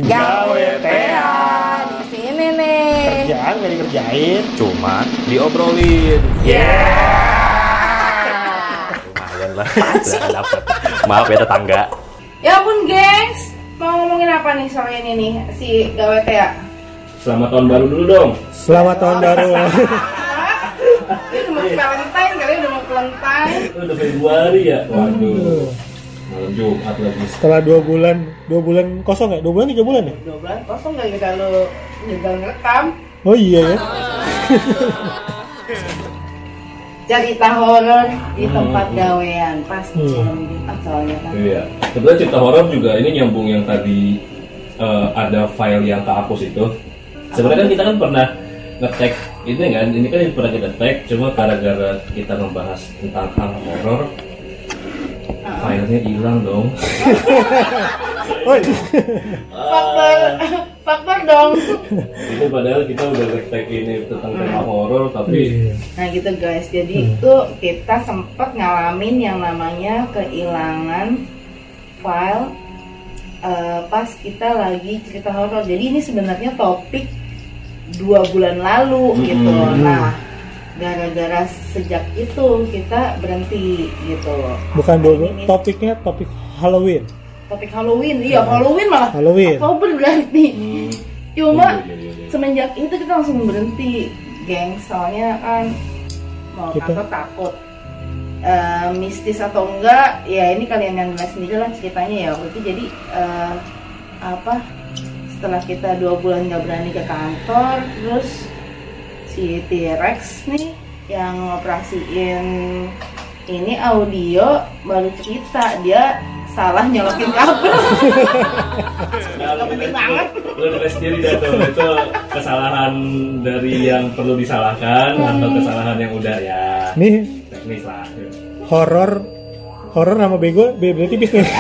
Gawe PA di sini nih. Kerjaan nggak dikerjain, cuma diobrolin. Lumayan lah, udah dapet. Maaf ya tetangga. Ya ampun gengs, mau ngomongin apa nih soal ini nih si Gawe PA? Selamat tahun baru dulu dong. selamat tahun baru. Ini udah mau Valentine kali, udah mau Valentine. Udah Februari ya. Waduh. Malam Jumat lagi. Setelah 2 bulan kosong ya? 2 bulan 3 bulan ya? 2 bulan kosong gak kita lu gagal ngerekam. Oh iya ya. Cerita horor di tempat gawean pasti soalnya kan. Iya. Sebenarnya cerita horor juga ini nyambung yang tadi ada file yang kehapus itu. Sebenarnya kan kita kan pernah nge-tag ini kan, ini kan yang pernah kita tag, cuma gara-gara kita membahas tentang hal horor, filenya hilang dong. Faktor dong. Itu padahal kita udah nge-tag ini tentang tema horor, tapi Nah gitu guys, jadi itu kita sempat ngalamin yang namanya kehilangan file pas kita lagi cerita horor. Jadi ini sebenarnya topik 2 bulan lalu gitu. Nah gara-gara sejak itu kita berhenti gitu. Bukan topiknya topik Halloween. Topik Halloween, iya Halloween malah. Halloween. Oktober berarti. Cuma Iya. semenjak itu kita langsung berhenti, geng. Soalnya kan mau Kita- takut mistis atau enggak, ya ini kalian yang lihat sendiri lah ceritanya ya. Berarti jadi setelah kita 2 bulan nggak berani ke kantor, terus si T-Rex nih yang ngoperasiin ini audio baru cerita dia salah nyolokin kabel. Penting banget. Lu nulis sendiri dah tuh, itu kesalahan dari yang perlu disalahkan atau kesalahan yang udah ya Nih teknis lah. horor nama bego beda tipis nih.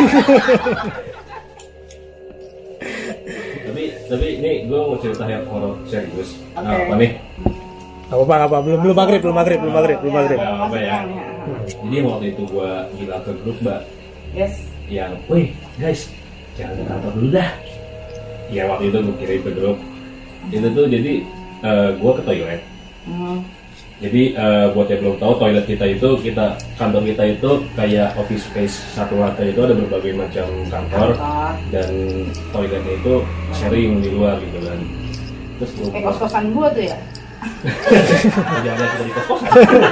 Tapi ini gue mau cerita yang horor serius. Oke. Apa nih? apa belum maghrib. Apa ya? Jadi waktu itu gue bilang ke grup mbak, Yes. yang, wih guys, jangan ke kantor dulu dah. Ya waktu itu gue kirim ke grup. Itu tuh jadi gue ke toilet. Jadi buat yang belum tahu, toilet kantor kita itu kayak office space satu lantai, itu ada berbagai macam kantor dan toiletnya itu sharing di luar gitu kan. Terus gue Kayak kos-kosan gua tuh ya. jangan kita di kos-kosan.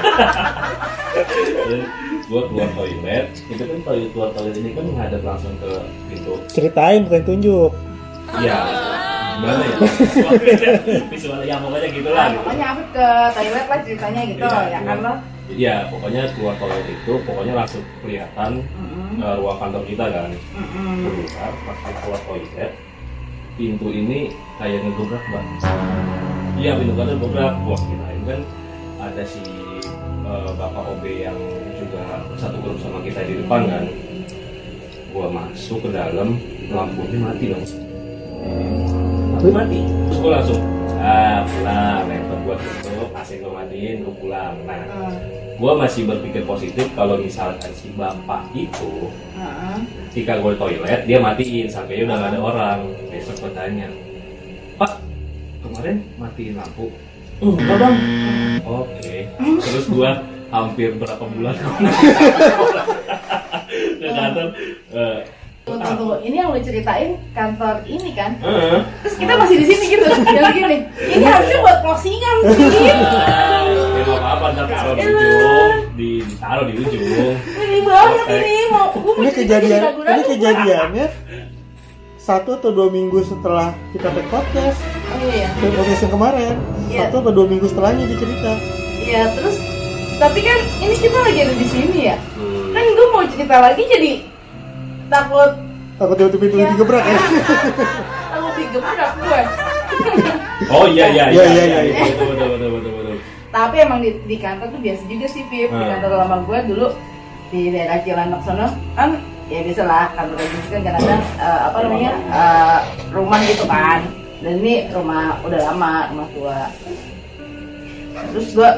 Gue keluar toilet, itu kan keluar toilet ini kan menghadap langsung ke pintu. Ceritain bukan tunjuk. Iya, gimana ya? Visualnya ya pokoknya gitulah gitu. Pokoknya aku ke toilet lah ceritanya gitu ya kan lo. Iya, pokoknya keluar toilet itu pokoknya langsung kelihatan ruang kantor kita kan. Keluar, pas keluar toilet, pintu ini kayak ngegebrak mbak. Iya, pintu kantor gebrak. Wah, kirain kan ada si bapak OB yang juga satu grup sama kita di depan kan. Gua masuk ke dalam, lampunya mati dong. Mati. Terus gua langsung pulang, laptop gua tutup, AC gua matiin, gua pulang. Nah, gua masih berpikir positif kalau misalkan si bapak itu ketika gua di toilet dia matiin sampai udah gak ada orang. Besok gua tanya, Pak, kemarin matiin lampu? Enggak bang. Oke. Terus gua hampir berapa bulan ke kantor. Tunggu, ini yang lo ceritain kantor ini kan? Terus kita masih di sini gitu, jadi gini. Ini harusnya buat closingan sih. Ya nggak apa-apa, ntar taruh di ujung, ditaruh di ujung. Ini banget ini mau. Ini kejadiannya 1 atau 2 minggu setelah kita take podcast. Oh iya. Podcast yang kemarin. Iya. 1 atau 2 minggu setelahnya dicerita. Iya, terus tapi kan ini kita lagi ada di sini ya. Kan gue mau cerita lagi jadi takut Tiba-tiba pintu Iya. digebrak ya. takut digebrak gue. Oh iya. Iya. Betul. Tapi emang di kantor tuh biasa juga sih, Pip. Di kantor lama gue dulu di daerah Cilandak sono kan ya biasa lah kantor agensi kan kadang-kadang rumah gitu kan. Dan ini rumah udah lama, rumah tua. Terus gue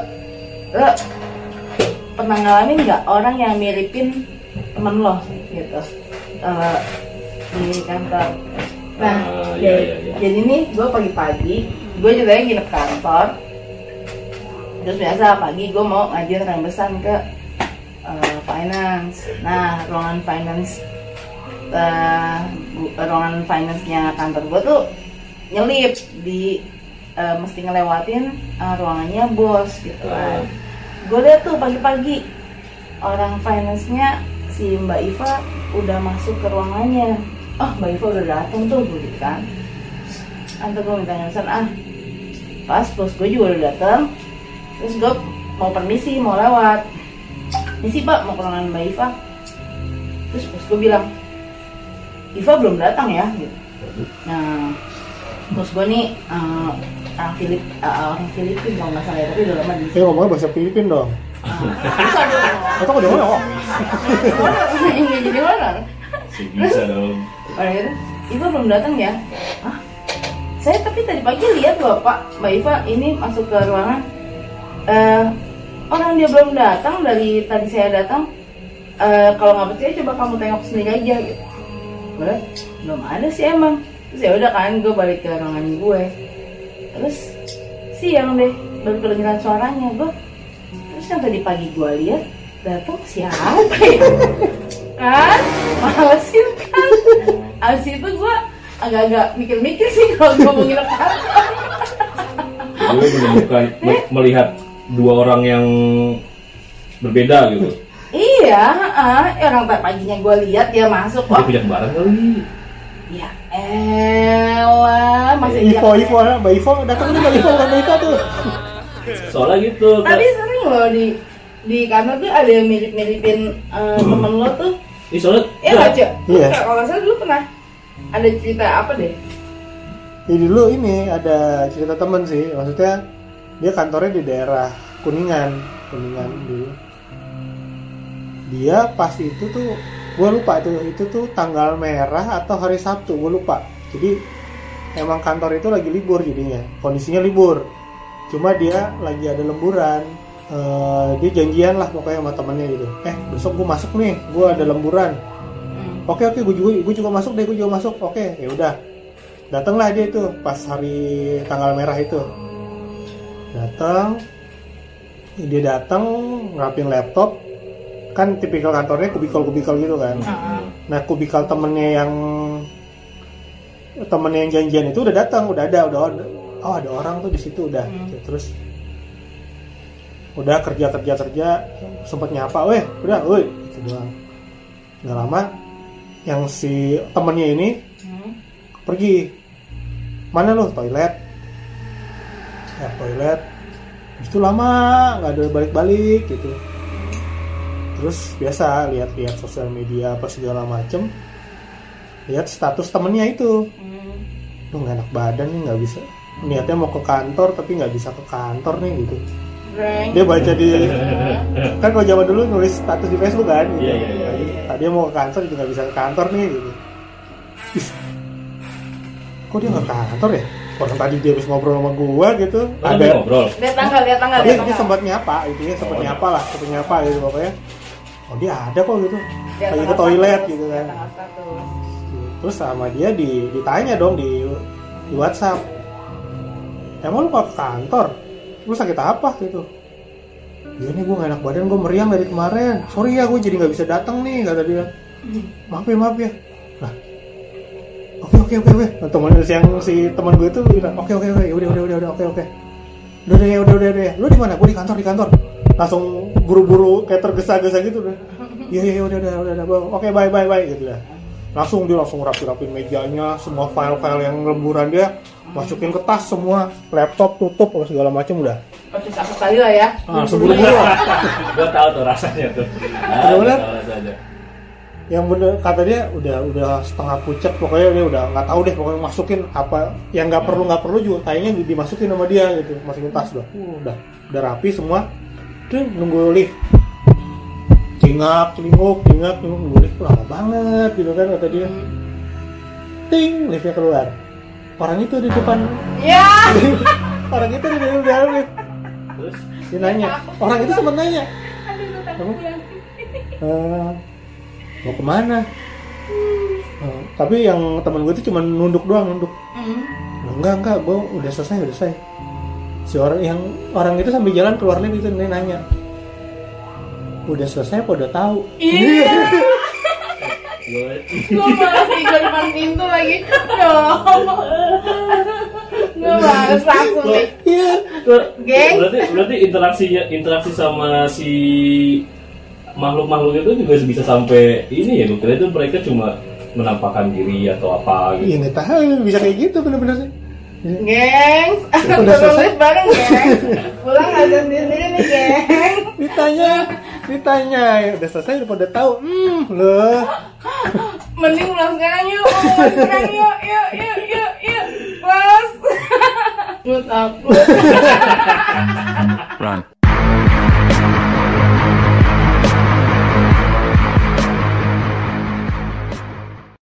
pernah ngalamin nggak orang yang miripin temen lo gitu di kantor? Nah, iya. jadi nih gue pagi-pagi, gue juga nginep kantor. Terus biasa pagi gue mau ngajuin rembesan ke finance. Nah, ruangan finance-nya kantor gue tuh nyelip di mesti ngelewatin ruangannya bos gitu kan. Gue lihat tuh pagi-pagi orang finance-nya si Mbak Iva udah masuk ke ruangannya. Oh, Mbak Iva udah datang tuh gitu kan. Antar gue minta pesan, pas bos gue juga udah datang. Terus gue mau permisi, mau lewat. Misi Pak, mau ke ruangan Mbak Iva. Terus bos gue bilang, Iva belum datang ya gitu. Nah, bos gue nih orang Filipin kalau nggak salah ya, tapi udah lama di sini. Ngomongnya bahasa Filipin dong. Bisa dong. Atau udah ngomong? Nggak jadi orang. Bisa dong. Orang itu, Iva belum datang ya? Hah? Saya tapi tadi pagi lihat loh Pak, Mbak Iva ini masuk ke ruangan. Orang dia belum datang dari tadi saya datang. Kalau nggak percaya coba kamu tengok sendiri aja gitu. Gue belum ada sih emang. Terus ya udah kan, gue balik ke ruangan gue. Terus siang deh baru kedengeran suaranya gue. Terus yang tadi pagi gue lihat datang siapa ya? Kan malesin kan. Abis itu gue agak-agak mikir-mikir sih kalau gue mau nginep kantor. Gue menemukan melihat dua orang yang berbeda gitu. Iya, orang paginya gue lihat dia masuk. Dia punya kembaran kali. Ya elah, masih Ivo, Mbak Ivo datang nih, Mbak Ivo bukan Mbak Ivo tuh. Soalnya gitu. Tapi sering loh di kantor tuh ada yang mirip-miripin temen lo tuh. Soalnya Iya nggak Cok? Iya. Kalau nggak salah dulu pernah ada cerita apa deh? Jadi dulu ini ada cerita temen sih, maksudnya dia kantornya di daerah Kuningan dulu. Dia pas itu tuh, gue lupa itu tuh tanggal merah atau hari Sabtu, gue lupa. Jadi emang kantor itu lagi libur jadinya, kondisinya libur. Cuma dia lagi ada lemburan. Dia janjian lah pokoknya sama temennya gitu. Besok gue masuk nih, gue ada lemburan. Oke, gue juga masuk deh, gue juga masuk. Oke, ya udah. Datanglah dia itu pas hari tanggal merah itu. Dia datang ngerapin laptop. Kan tipikal kantornya kubikal gitu kan. Nah, kubikal temennya yang janjian itu udah datang, udah ada orang tuh di situ udah. Terus udah kerja sempet nyapa, udah gitu doang. Nggak lama yang si temennya ini pergi, mana lo, toilet. Itu lama nggak ada balik gitu. Terus biasa lihat sosial media apa segala macem, lihat status temennya itu. Duh, nggak enak badan nih, nggak bisa, niatnya mau ke kantor tapi nggak bisa ke kantor nih gitu. Dia baca di kan kalau zaman dulu nulis status di Facebook kan gitu. Iya. Tadi mau ke kantor juga nggak bisa ke kantor nih gitu. Kok dia nggak ke kantor ya? Orang tadi dia habis ngobrol sama gua gitu. Ada ngobrol. Lihat tanggal. Dia sempat nyapa gitu pokoknya. Oh, dia ada kok gitu. Lagi ke toilet gitu kan. Terus sama dia ditanya dong di WhatsApp. Emang lu kok ke kantor? Lu sakit apa gitu? Iya nih, gue gak enak badan, gue meriang dari kemarin. Sorry ya, gue jadi gak bisa datang nih, kata dia. Maaf ya. Nah, oke. Nah, temen yang si teman gue itu bilang, oke. Udah. Udah. Lu di mana? Gue di kantor. Langsung buru-buru kayak tergesa-gesa gitu udah. Iya, udah. Oke, bye gitu dah. Langsung rapi-rapin mejanya, semua file-file yang lemburan dia masukin ke tas semua, laptop tutup segala macam udah. Persis aku kali lah ya. Sebelum Gua tahu tuh rasanya tuh. Bener-bener. Yang bener kata dia udah setengah pucat, pokoknya dia udah nggak tahu deh, pokoknya masukin apa yang nggak perlu juga kayaknya dimasukin sama dia gitu, masukin tas udah rapi semua. Tuh nunggu lift. Celinguk nunggu lift lama banget gitu kan kata dia. Ting, liftnya keluar. Orang itu di depan. Ya. Orang itu di dalam lift. Terus dia nanya. Orang itu sempat nanya. Aduh, takut. Mau kemana? Tapi yang temen gue tuh cuma nunduk doang. Enggak, gue udah selesai. Si orang itu sambil jalan keluarnya gitu, nih nanya, udah selesai apa udah tahu? Iya. Gue malas di depan pintu lagi. Gue malas langsung nih. Iya. Geng. Berarti interaksi sama si makhluk-makhluk itu juga bisa sampai ini ya, gue kira itu mereka cuma menampakkan diri atau apa gitu. Ini tahu bisa kayak gitu bener-bener sih. Geng, udah selesai bareng geng. Pulang aja sendiri nih geng. Ditanya, udah selesai udah tahu. Loh. Mending pulang sekarang yuk. Yuk. Bos. Gue takut.